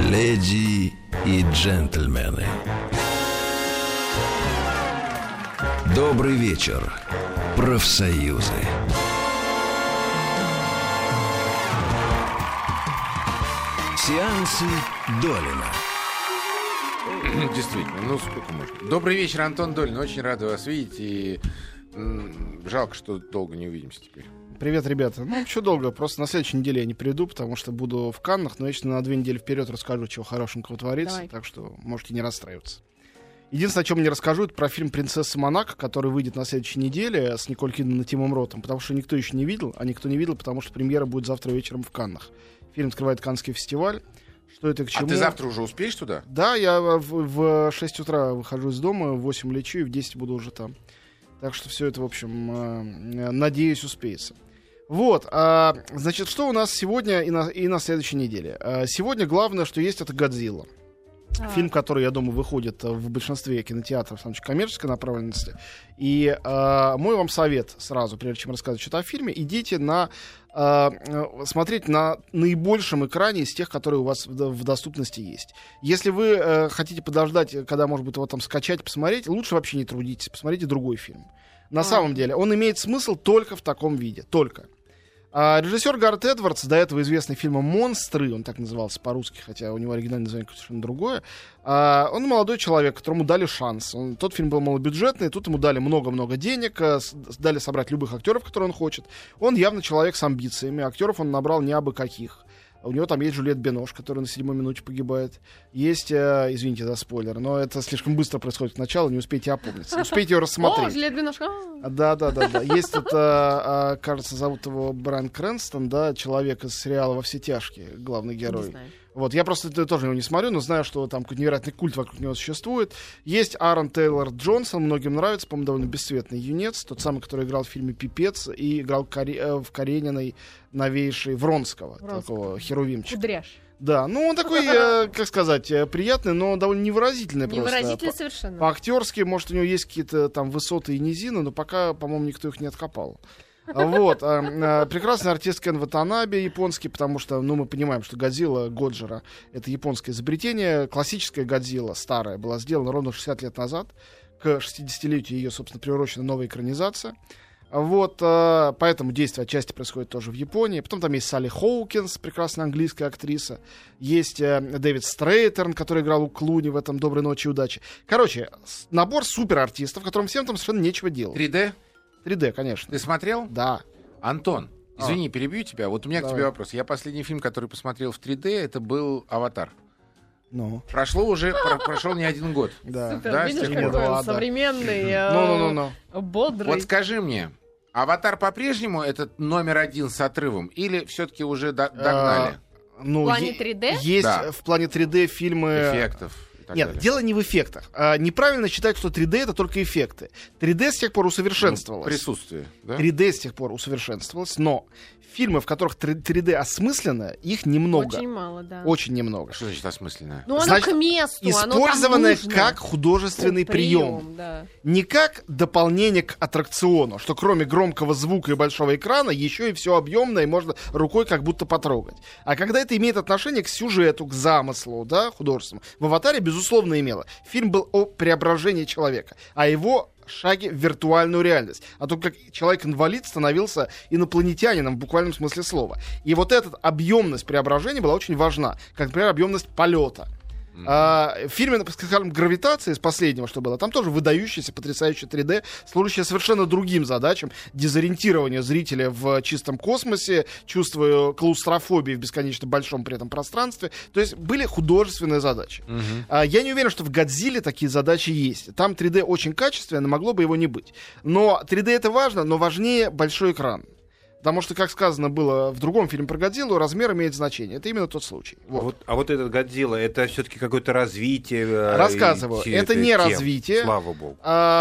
Леди и джентльмены, добрый вечер, профсоюзы. Сеансы Долина. Действительно, ну сколько можно. Добрый вечер, Антон Долин. Очень рад вас видеть. И жалко, что долго не увидимся теперь. Привет, ребята. Ну, еще долго. Просто на следующей неделе я не приду, потому что буду в Каннах. Но я на 2 недели вперед расскажу, чего хорошенького творится. Давай. Так что можете не расстраиваться. Единственное, о чем мне расскажу, это про фильм «Принцесса Монако», который выйдет на следующей неделе с Николь Кидман и Тимом Ротом. Потому что никто еще не видел. А никто не видел, потому что премьера будет завтра вечером в Каннах. Фильм открывает Каннский фестиваль. Что это к чему? А ты завтра уже успеешь туда? Да, я в 6 утра выхожу из дома, в 8 лечу и в 10 буду уже там. Так что все это, в общем, надеюсь, успеется. Вот, значит, что у нас сегодня и на следующей неделе? Сегодня главное, что есть, это «Годзилла». Фильм, который, я думаю, выходит в большинстве кинотеатров коммерческой направленности. И мой вам совет сразу, прежде чем рассказывать что-то о фильме, идите смотреть на наибольшем экране из тех, которые у вас в доступности есть. Если вы хотите подождать, когда, может быть, его там скачать, посмотреть, лучше вообще не трудитесь, посмотрите другой фильм. На самом деле, он имеет смысл только в таком виде, только. Режиссер Гарет Эдвардс, до этого известный фильмом «Монстры», он так назывался по-русски, хотя у него оригинальное название совершенно другое, он молодой человек, которому дали шанс. Тот фильм был малобюджетный, тут ему дали много-много денег, дали собрать любых актеров, которые он хочет. Он явно человек с амбициями, актеров он набрал не абы каких. У него там есть Жюльет Бинош, которая на 7-й минуте погибает. Есть, извините за спойлер, но это слишком быстро происходит к началу, не успеете опомниться. Успейте ее рассмотреть. О, Жюльет Бинош. Да. Есть тут, кажется, зовут его Брайан Крэнстон, да, человек из сериала «Во все тяжкие», главный герой. Вот, я просто тоже его не смотрю, но знаю, что там какой-то невероятный культ вокруг него существует. Есть Аарон Тейлор Джонсон, многим нравится, по-моему, довольно бесцветный юнец, тот самый, который играл в фильме «Пипец» и играл в Карениной новейшей Вронского. Такого херувимчика. Кудряш. Да, ну он такой, как сказать, приятный, но довольно невыразительный просто. Невыразительный совершенно. По-актерски, может, у него есть какие-то там высоты и низины, но пока, по-моему, никто их не откопал. Вот, прекрасный артист Кен Ватанаbe, японский, потому что, мы понимаем, что Годзилла Годжира — это японское изобретение. Классическая Годзилла, старая, была сделана ровно 60 лет назад. К 60-летию ее, собственно, приурочена новая экранизация. Вот, поэтому действие отчасти происходит тоже в Японии. Потом там есть Салли Хоукинс, прекрасная английская актриса. Есть Дэвид Стрейтерн, который играл у Клуни в этом «Доброй ночи и удачи». Короче, набор суперартистов, которым всем там совершенно нечего делать. 3D? 3D, конечно. Ты смотрел? Да. Антон, извини, перебью тебя. Вот у меня к тебе вопрос. Я последний фильм, который посмотрел в 3D, это был «Аватар». Ну. Прошел не 1 год. Да. Супер, да, видишь, какой он современный, бодрый. Вот скажи мне, «Аватар» по-прежнему этот номер 1 с отрывом или все-таки уже догнали? В плане 3D? Есть в плане 3D фильмы... Эффектов. Нет, далее. Дело не в эффектах. Неправильно считать, что 3D — это только эффекты. 3D с тех пор усовершенствовалось. Присутствие, да? 3D с тех пор усовершенствовалось, но фильмы, в которых 3D осмысленно, их немного. Очень мало, да. Очень немного. Что значит осмысленное? Ну, оно к месту, использованное оно там нужно. как художественный прием. Да. Не как дополнение к аттракциону, что кроме громкого звука и большого экрана еще и все объемное, и можно рукой как будто потрогать. А когда это имеет отношение к сюжету, к замыслу, да, художественному. В «Аватаре» безусловно имело. Фильм был о преображении человека, о его шаге в виртуальную реальность. О том, как человек-инвалид становился инопланетянином в буквальном смысле слова. И вот эта объемность преображения была очень важна. Как, например, объемность полета. В фильме, скажем, «Гравитация» из последнего, что было, там тоже выдающийся, потрясающий 3D, служащий совершенно другим задачам: дезориентирование зрителя в чистом космосе, чувство клаустрофобии в бесконечно большом при этом пространстве. То есть были художественные задачи. Я не уверен, что в «Годзилле» такие задачи есть. Там 3D очень качественно, могло бы его не быть. Но 3D это важно, но важнее большой экран. Потому что, как сказано было в другом фильме про Годзиллу, размер имеет значение. Это именно тот случай. Вот. А вот этот Годзилла, это все-таки какое-то развитие? Рассказываю. Это не развитие. Слава богу.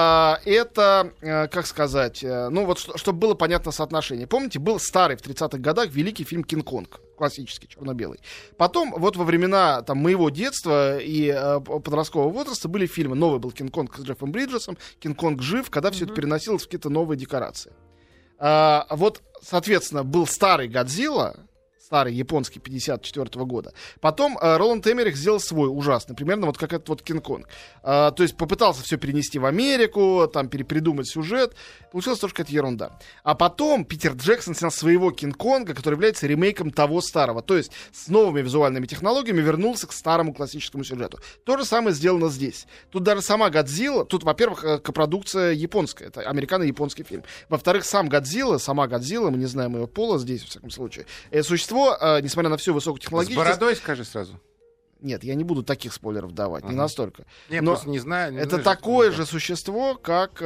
Это, как сказать, чтобы было понятно соотношение. Помните, был старый в 30-х годах великий фильм «Кинг-Конг». Классический, черно-белый. Потом, вот во времена моего детства и подросткового возраста были фильмы. Новый был «Кинг-Конг» с Джеффом Бриджесом, «Кинг-Конг жив», когда все это переносилось в какие-то новые декорации. Вот, соответственно, был старый Годзилла старый японский 54 года. Потом Роланд Эммерих сделал свой ужасный, примерно вот как этот вот Кинг-Конг. То есть попытался все перенести в Америку, там перепридумать сюжет. Получилась тоже какая-то ерунда. А потом Питер Джексон снял своего Кинг-Конга, который является ремейком того старого. То есть с новыми визуальными технологиями вернулся к старому классическому сюжету. То же самое сделано здесь. Тут даже сама Годзилла, тут, во-первых, копродукция японская, это американо-японский фильм. Во-вторых, сама Годзилла, мы не знаем ее пола здесь, в всяком случае. Это существо, несмотря на всю высокую технологичность... С бородой скажи сразу. Нет, я не буду таких спойлеров давать, не настолько. Я но просто не знаю. это такое же существо, как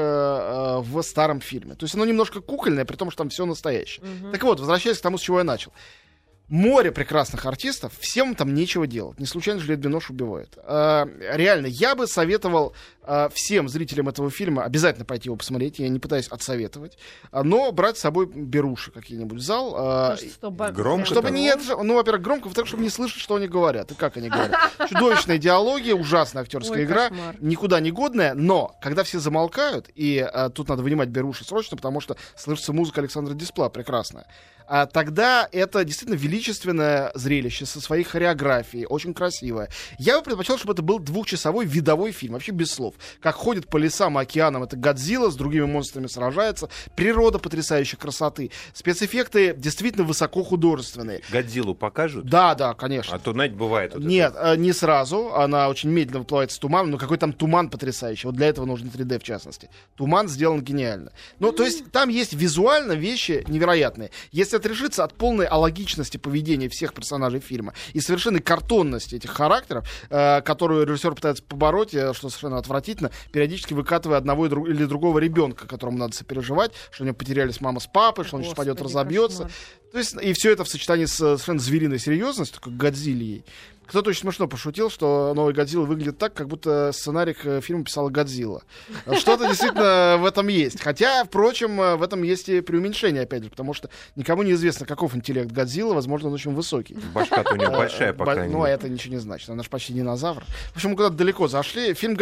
в старом фильме. То есть оно немножко кукольное, при том, что там все настоящее. Так вот, возвращаясь к тому, с чего я начал. Море прекрасных артистов, всем там нечего делать. Не случайно Жюльет Бинош убивает. Реально, я бы советовал всем зрителям этого фильма обязательно пойти его посмотреть. Я не пытаюсь отсоветовать. Но брать с собой беруши какие-нибудь в зал. Громко? Чтобы нет, ну, во-первых, громко, во-вторых, чтобы не слышать, что они говорят и как они говорят. Чудовищная диалоги, ужасная актерская игра, никуда не годная. Но, когда все замолкают, и тут надо вынимать беруши срочно, потому что слышится музыка Александра Диспла прекрасная. Тогда это действительно величественное зрелище со своей хореографией, очень красивое. Я бы предпочел, чтобы это был 2-часовой видовой фильм, вообще без слов. Как ходит по лесам и океанам, это Годзилла с другими монстрами сражается, природа потрясающей красоты, спецэффекты действительно высокохудожественные. Годзиллу покажут? Да, конечно. А то, знаете, бывает. Вот нет, не сразу, она очень медленно выплывает из тумана, но какой там туман потрясающий, вот для этого нужен 3D в частности. Туман сделан гениально. Ну, то есть там есть визуально вещи невероятные. Если отрешиться от полной алогичности поведения всех персонажей фильма и совершенной картонности этих характеров, которую режиссер пытается побороть, что совершенно отвратительно, периодически выкатывая одного или другого ребенка, которому надо сопереживать, что у него потерялись мама с папой, что он сейчас пойдет разобьется. То есть, и все это в сочетании с совершенно звериной серьезностью, как Годзиллей. Кто-то очень смешно пошутил, что новый Годзилла выглядит так, как будто сценарий к фильму писала Годзилла. Что-то действительно в этом есть. Хотя, впрочем, в этом есть и преуменьшение, опять же, потому что никому не известно, каков интеллект Годзиллы, возможно, он очень высокий. Башка-то у него большая, по крайней мере. Ну, а это ничего не значит, она же почти динозавр. В общем, мы куда-то далеко зашли. Фильм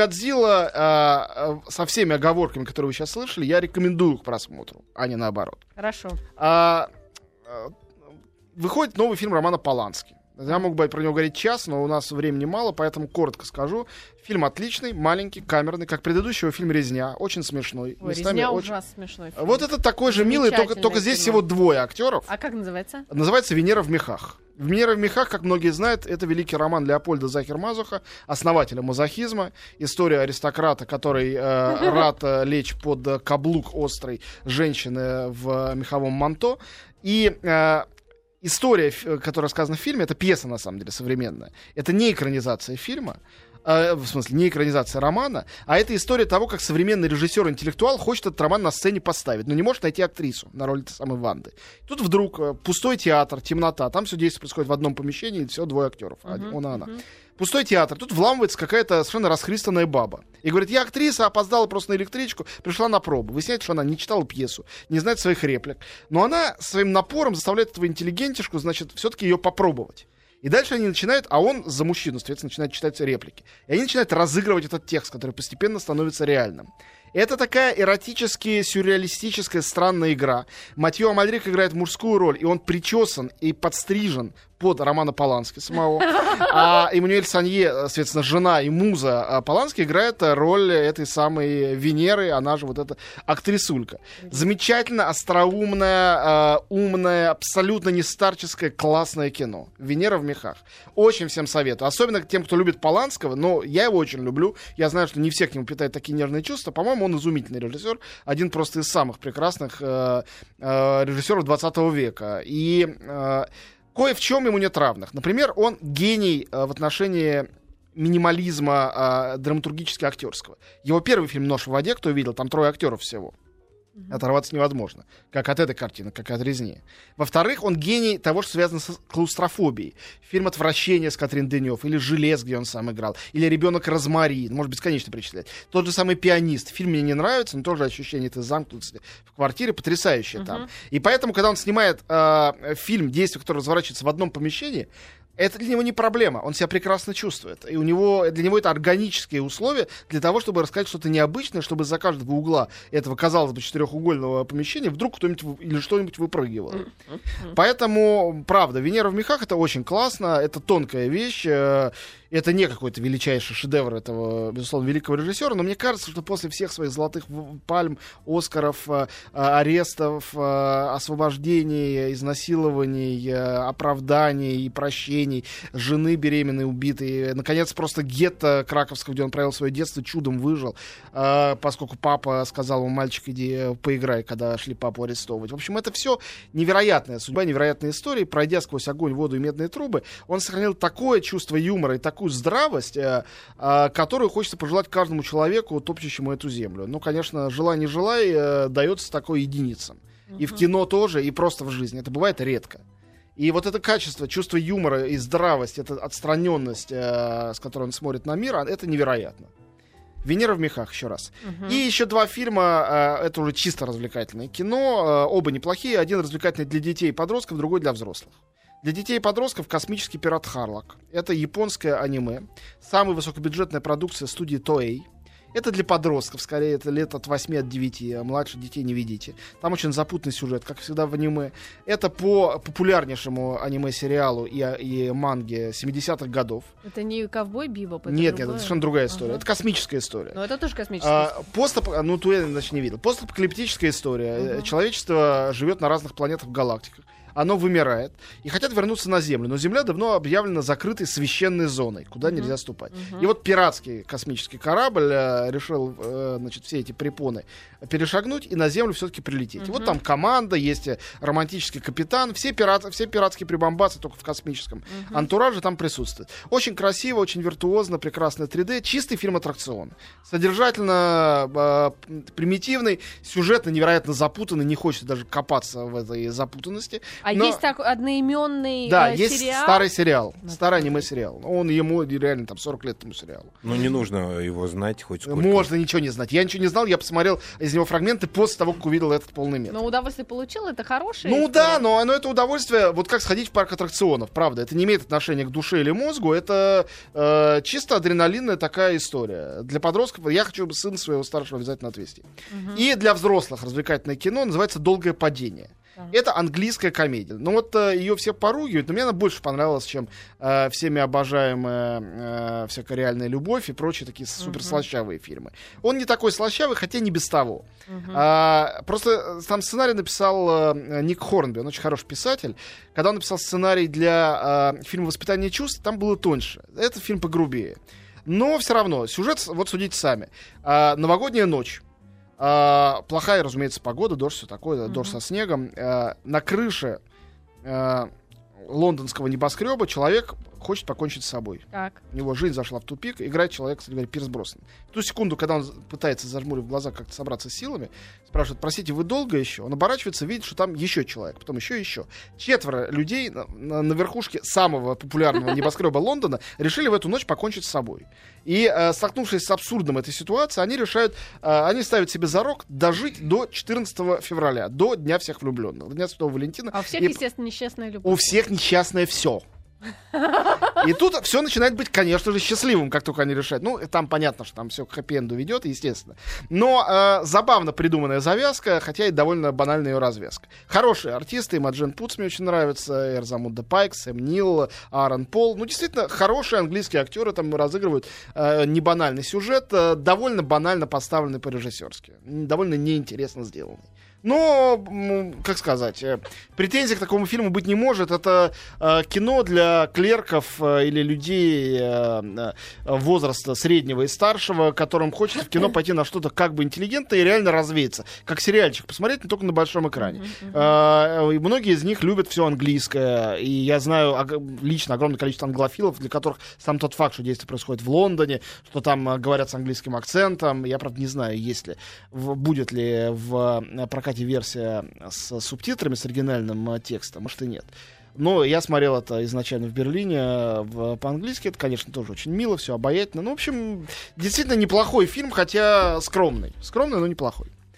«Годзилла» со всеми оговорками, которые вы сейчас слышали, я рекомендую к просмотру, а не наоборот. Хорошо. Выходит новый фильм Романа Полански. Я мог бы про него говорить час, но у нас времени мало, поэтому коротко скажу. Фильм отличный, маленький, камерный, как предыдущего фильм «Резня», очень смешной. Ой, «Резня» ужасно смешной фильм. Вот это такой же милый, только здесь всего 2 актеров. А как называется? Называется «Венера в мехах». «Венера в мехах», как многие знают, это великий роман Леопольда Захер-Мазуха, основателя мазохизма. История аристократа, который рад лечь под каблук острой женщины в меховом манто. И история, которая сказана в фильме, это пьеса, на самом деле, современная. Это не экранизация фильма, в смысле, не экранизация романа, а это история того, как современный режиссер-интеллектуал хочет этот роман на сцене поставить, но не может найти актрису на роль этой самой Ванды. Тут вдруг пустой театр, темнота, там все действие происходит в одном помещении, и все 2 актеров, он и она. Пустой театр, тут вламывается какая-то совершенно расхристанная баба. И говорит, я актриса, опоздала просто на электричку, пришла на пробу. Выясняется, что она не читала пьесу, не знает своих реплик. Но она своим напором заставляет этого интеллигентишку, значит, все-таки ее попробовать. И дальше они начинают, а он за мужчину, соответственно, начинает читать реплики. И они начинают разыгрывать этот текст, который постепенно становится реальным. Это такая эротически сюрреалистическая странная игра. Матьё Амальрик играет мужскую роль, и он причесан и подстрижен под Романа Полански самого. А Эммануэль Санье, соответственно, жена и муза Полански, играет роль этой самой Венеры, она же вот эта актрисулька. Замечательно, остроумное, умное, абсолютно не старческое, классное кино. «Венера в мехах». Очень всем советую. Особенно тем, кто любит Поланского, но я его очень люблю. Я знаю, что не все к нему питают такие нежные чувства. По-моему, он изумительный режиссер. Один просто из самых прекрасных режиссеров 20 века. И кое в чем ему нет равных. Например, он гений в отношении минимализма драматургически актерского. Его первый фильм «Нож в воде», кто видел, там 3 актеров всего. Оторваться невозможно. Как от этой картины, как и от «Резни». Во-вторых, он гений того, что связано с клаустрофобией. Фильм «Отвращение» с Катрин Денёв, или «Желез», где он сам играл, или «Ребенок Розмари», может бесконечно перечислять. Тот же самый «Пианист». Фильм мне не нравится, но тоже ощущение этой замкнутости в квартире потрясающее там. И поэтому, когда он снимает фильм, действие, которое разворачивается в одном помещении, Это для него не проблема, он себя прекрасно чувствует. И для него это органические условия для того, чтобы рассказать что-то необычное, чтобы из-за каждого угла этого, казалось бы, четырехугольного помещения вдруг кто-нибудь или что-нибудь выпрыгивало. Поэтому, правда, «Венера в мехах» — это очень классно, это тонкая вещь. Это не какой-то величайший шедевр этого, безусловно, великого режиссера, но мне кажется, что после всех своих золотых пальм, Оскаров, арестов, освобождений, изнасилований, оправданий и прощений, жены беременной, убитой, наконец, просто гетто краковского, где он провел свое детство, чудом выжил, поскольку папа сказал ему: мальчик, иди поиграй, когда шли папу арестовывать. В общем, это все невероятная судьба, невероятные истории. Пройдя сквозь огонь, воду и медные трубы, он сохранил такое чувство юмора и такую здравость, которую хочется пожелать каждому человеку, топчущему эту землю. Ну, конечно, желай не желай, дается такой единицам. И в кино тоже, и просто в жизни. Это бывает редко. И вот это качество, чувство юмора и здравость, эта отстраненность, с которой он смотрит на мир, это невероятно. «Венера в мехах», еще раз. И еще 2 фильма, это уже чисто развлекательное кино, оба неплохие. Один развлекательный для детей и подростков, другой для взрослых. Для детей и подростков «Космический пират Харлок». Это японское аниме. Самая высокобюджетная продукция студии Toei. Это для подростков, скорее, это лет от 8-9, а младше детей не ведите. Там очень запутанный сюжет, как всегда в аниме. Это по популярнейшему аниме-сериалу и манге 70-х годов. Это не «Ковбой Бибоп»? Нет, это совершенно другая история. Это космическая история. Но это тоже космическая история. Ну, ты, значит, не видел. Постапокалиптическая история. Человечество живет на разных планетах в галактиках. Оно вымирает, и хотят вернуться на Землю. Но Земля давно объявлена закрытой священной зоной, куда нельзя ступать. И вот пиратский космический корабль решил, значит, все эти препоны перешагнуть и на Землю все-таки прилететь. И вот там команда, есть романтический капитан, все пиратские прибамбасы, только в космическом антураже там присутствуют. Очень красиво, очень виртуозно, прекрасное 3D, чистый фильм-аттракцион. Содержательно примитивный, сюжетно невероятно запутанный, не хочется даже копаться в этой запутанности. Есть такой одноименный сериал? Да, сериал? есть старый сериал, старый аниме-сериал. Ему реально там 40 лет этому сериалу. Ну, не нужно его знать хоть сколько. Можно ничего не знать. Я ничего не знал, я посмотрел из него фрагменты после того, как увидел этот полный метр. Но удовольствие получил, это хорошее? Ну да, но это удовольствие, вот как сходить в парк аттракционов, правда. Это не имеет отношения к душе или мозгу, это чисто адреналинная такая история. Для подростков я хочу сына своего старшего обязательно отвезти. И для взрослых развлекательное кино называется «Долгое падение». Это английская комедия. Ну вот ее все поругивают, но мне она больше понравилась, чем всеми обожаемая всякая реальная любовь и прочие такие суперслащавые фильмы. Он не такой слащавый, хотя не без того. Просто там сценарий написал Ник Хорнби, он очень хороший писатель. Когда он написал сценарий для фильма «Воспитание чувств», там было тоньше. Это фильм погрубее. Но все равно, сюжет, вот судите сами. Новогодняя ночь. Плохая, разумеется, погода, дождь, все такое, дождь со снегом. На крыше лондонского небоскреба человек хочет покончить с собой. Так. У него жизнь зашла в тупик, играет человек, кстати говоря, Пирс Броснан. В ту секунду, когда он пытается, зажмурив глаза, как-то собраться с силами, спрашивает: простите, вы долго еще? Он оборачивается, видит, что там еще человек, потом еще. 4 людей на верхушке самого популярного небоскреба Лондона решили в эту ночь покончить с собой. И, столкнувшись с абсурдом этой ситуации, они ставят себе зарок дожить до 14 февраля, до Дня всех влюбленных, до Дня Святого Валентина. А у всех, естественно, несчастная любовь. У всех несчастное все. И тут все начинает быть, конечно же, счастливым, как только они решают. Ну, там понятно, что там все к хэппи-энду ведет, естественно. Но забавно придуманная завязка, хотя и довольно банальная ее развязка. Хорошие артисты, Имаджин Путс мне очень нравится, Эрзамуда Пайк, Сэм Нил, Аарон Пол. Ну, действительно, хорошие английские актеры там разыгрывают небанальный сюжет, довольно банально поставленный по-режиссерски, довольно неинтересно сделанный. Но, как сказать, претензий к такому фильму быть не может. Это кино для клерков или людей возраста среднего и старшего, которым хочется в кино пойти на что-то как бы интеллигентное и реально развеяться. Как сериальчик посмотреть, но только на большом экране. И многие из них любят все английское. И я знаю лично огромное количество англофилов, для которых сам тот факт, что действие происходит в Лондоне, что там говорят с английским акцентом. Я, правда, не знаю, будет ли в прокате версия с субтитрами, с оригинальным текстом, может и нет. Но я смотрел это изначально в Берлине по-английски. Это, конечно, тоже очень мило, все обаятельно. Ну, в общем, действительно неплохой фильм, хотя скромный. Скромный, но неплохой.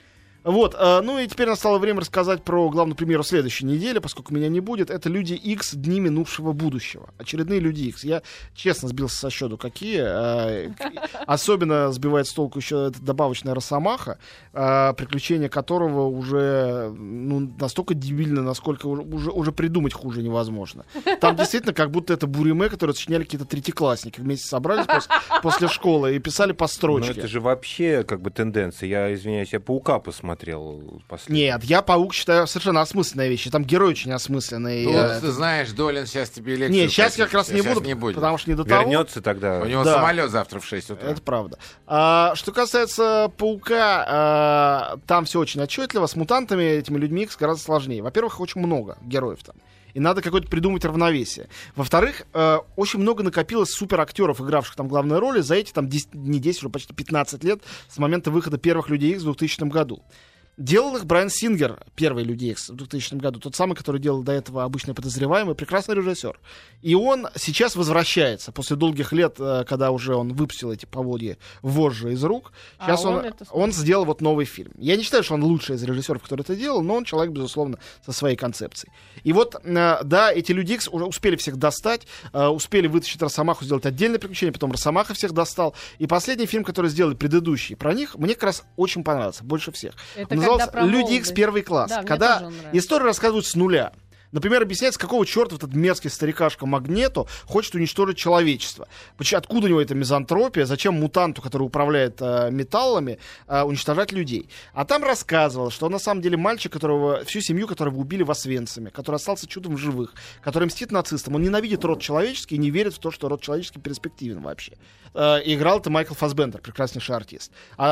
Вот, ну и теперь настало время рассказать про главную премьеру следующей недели, поскольку меня не будет. Это «Люди Икс. Дни минувшего будущего». Очередные «Люди Икс». Я честно сбился со счету, какие. Особенно сбивает с толку еще эта добавочная «Росомаха», приключения которого уже настолько дебильно, насколько уже придумать хуже невозможно. Там действительно как будто это буриме, которые сочиняли какие-то третьеклассники. Вместе собрались после школы и писали по строчке. Но это же вообще как бы тенденция. Я, извиняюсь, я «Паука» посмотрел последний. Нет, я «Паук» считаю совершенно осмысленная вещь. Там герой очень осмысленный. Ты знаешь, Долин сейчас тебе лекцию... Нет, сейчас как раз не буду, потому что не до того. Вернется тогда. У него самолет завтра в 6 утра. Это правда. Что касается «Паука», там все очень отчетливо. С мутантами, этими людьми Икс гораздо сложнее. Во-первых, очень много героев там. И надо какое-то придумать равновесие. Во-вторых, очень много накопилось суперактеров, игравших там главные роли, за эти там не 10, уже почти 15 лет с момента выхода первых «Людей Икс» в 2000 году. Делал их Брайан Сингер, первый «Люди Икс» в 2000 году, тот самый, который делал до этого «Обычный подозреваемый», прекрасный режиссер. И он сейчас возвращается после долгих лет, когда уже он выпустил эти поводья вожжи из рук. Сейчас он сделал вот новый фильм. Я не считаю, что он лучший из режиссеров, который это делал, но он человек, безусловно, со своей концепцией. И вот, да, эти «Люди Икс» уже успели всех достать, успели вытащить Росомаху, сделать отдельное приключение, потом Росомаха всех достал. И последний фильм, который сделали предыдущий про них, мне как раз очень понравился, больше всех. Назывался «Люди Икс. Первый класс», да, когда историю рассказывают с нуля. Например, объясняется, какого черта этот мерзкий старикашка Магнето хочет уничтожить человечество. Откуда у него эта мизантропия, зачем мутанту, который управляет металлами, уничтожать людей. А там рассказывалось, что он на самом деле мальчик, всю семью которого убили в Освенциме, который остался чудом в живых, который мстит нацистам. Он ненавидит род человеческий и не верит в то, что род человеческий перспективен вообще. Играл это Майкл Фассбендер, прекраснейший артист.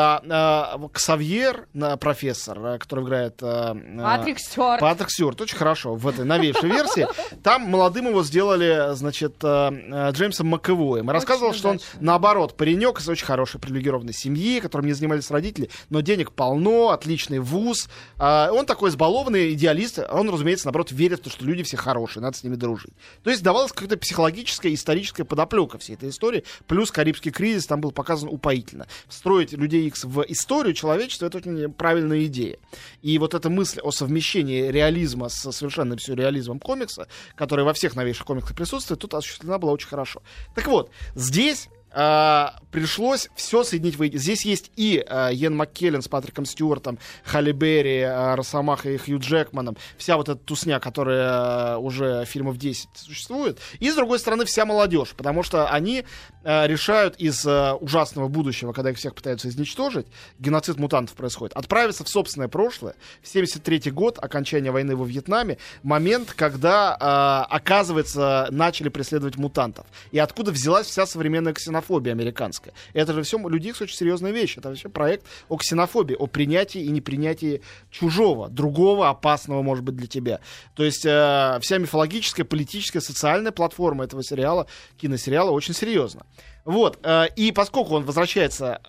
Ксавьер, профессор, который играет... Патрик Стюарт, очень хорошо в этой новейшей версии. Там молодым его сделали, значит, Джеймсом МcAvoy'ем. И рассказывал, что он, наоборот, паренек из очень хорошей привилегированной семьи, которым не занимались родители, но денег полно, отличный вуз. Он такой избалованный идеалист. Он, разумеется, наоборот, верит в то, что люди все хорошие, надо с ними дружить. То есть давалась какая-то психологическая, историческая подоплека всей этой истории. Плюс Карибский кризис там был показан упоительно. Встроить Людей Икс в историю человечества — это очень правильная идея. И вот эта мысль о совмещении реализма с совершенно сюрреализмом комикса, который во всех новейших комиксах присутствует, тут осуществлена была очень хорошо. Так вот, здесь пришлось все соединить воедино. Здесь есть и Иэн Маккеллен с Патриком Стюартом, Халли Берри, Росомаха и Хью Джекманом, вся вот эта тусня, которая уже фильмов 10 существует, и, с другой стороны, вся молодежь, потому что они решают из ужасного будущего, когда их всех пытаются изничтожить, геноцид мутантов происходит, отправиться в собственное прошлое, в 73-й год, окончание войны во Вьетнаме, момент, когда, оказывается, начали преследовать мутантов, и откуда взялась вся современная ксенофобия американская. Это же все «Люди Икс» очень серьезная вещь. Это вообще проект о ксенофобии, о принятии и непринятии чужого, другого, опасного, может быть, для тебя. То есть вся мифологическая, политическая, социальная платформа этого сериала, киносериала очень серьезна. Вот, и поскольку он возвращается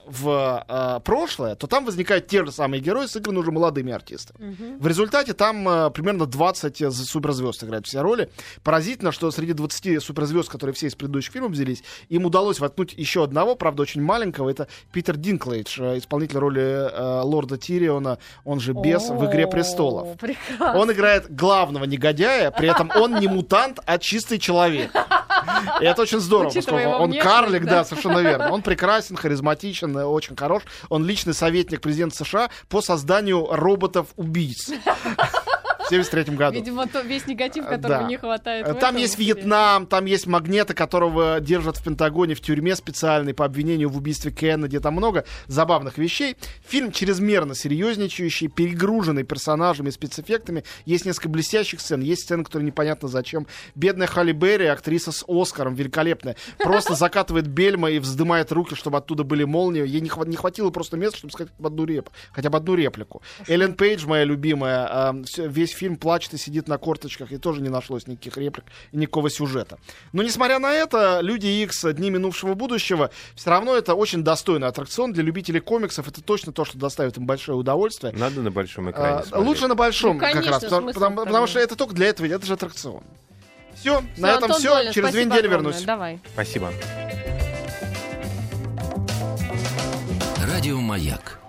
в прошлое, то там возникают те же самые герои, сыграны уже молодыми артистами. В результате там примерно 20 суперзвезд играют все роли. Поразительно, что среди 20 суперзвезд, которые все из предыдущих фильмов взялись, им удалось воткнуть еще одного, правда, очень маленького. Это Питер Динклейдж, исполнитель роли лорда Тириона, он же бес в «Игре престолов». Прекрасно. Он играет главного негодяя, при этом он не мутант, а чистый человек. И это очень здорово, поскольку он карлик, да, совершенно верно. Он прекрасен, харизматичен, очень хорош. Он личный советник президента США по созданию роботов-убийц. В 1973 году. Видимо, весь негатив, которого не хватает. Там есть Вьетнам, там есть Магнето, которого держат в Пентагоне в тюрьме специальной по обвинению в убийстве Кеннеди. Там много забавных вещей. Фильм чрезмерно серьезничающий, перегруженный персонажами и спецэффектами. Есть несколько блестящих сцен, есть сцены, которые непонятно зачем. Бедная Халли Берри, актриса с Оскаром, великолепная, просто закатывает бельма и вздымает руки, чтобы оттуда были молнии. Ей не хватило просто места, чтобы сказать хотя бы одну реплику. Эллен Пейдж, моя любимая, весь фильм плачет и сидит на корточках, и тоже не нашлось никаких реплик и никакого сюжета. Но, несмотря на это, «Люди Икс. Дни минувшего будущего» все равно это очень достойный аттракцион для любителей комиксов. Это точно то, что доставит им большое удовольствие. Надо на большом экране смотреть. Лучше на большом, конечно, как раз, потому что это только для этого, это же аттракцион. Все, на этом Антон все. Долин, Через 2 недели вернусь. Давай. Спасибо. Радио «Маяк».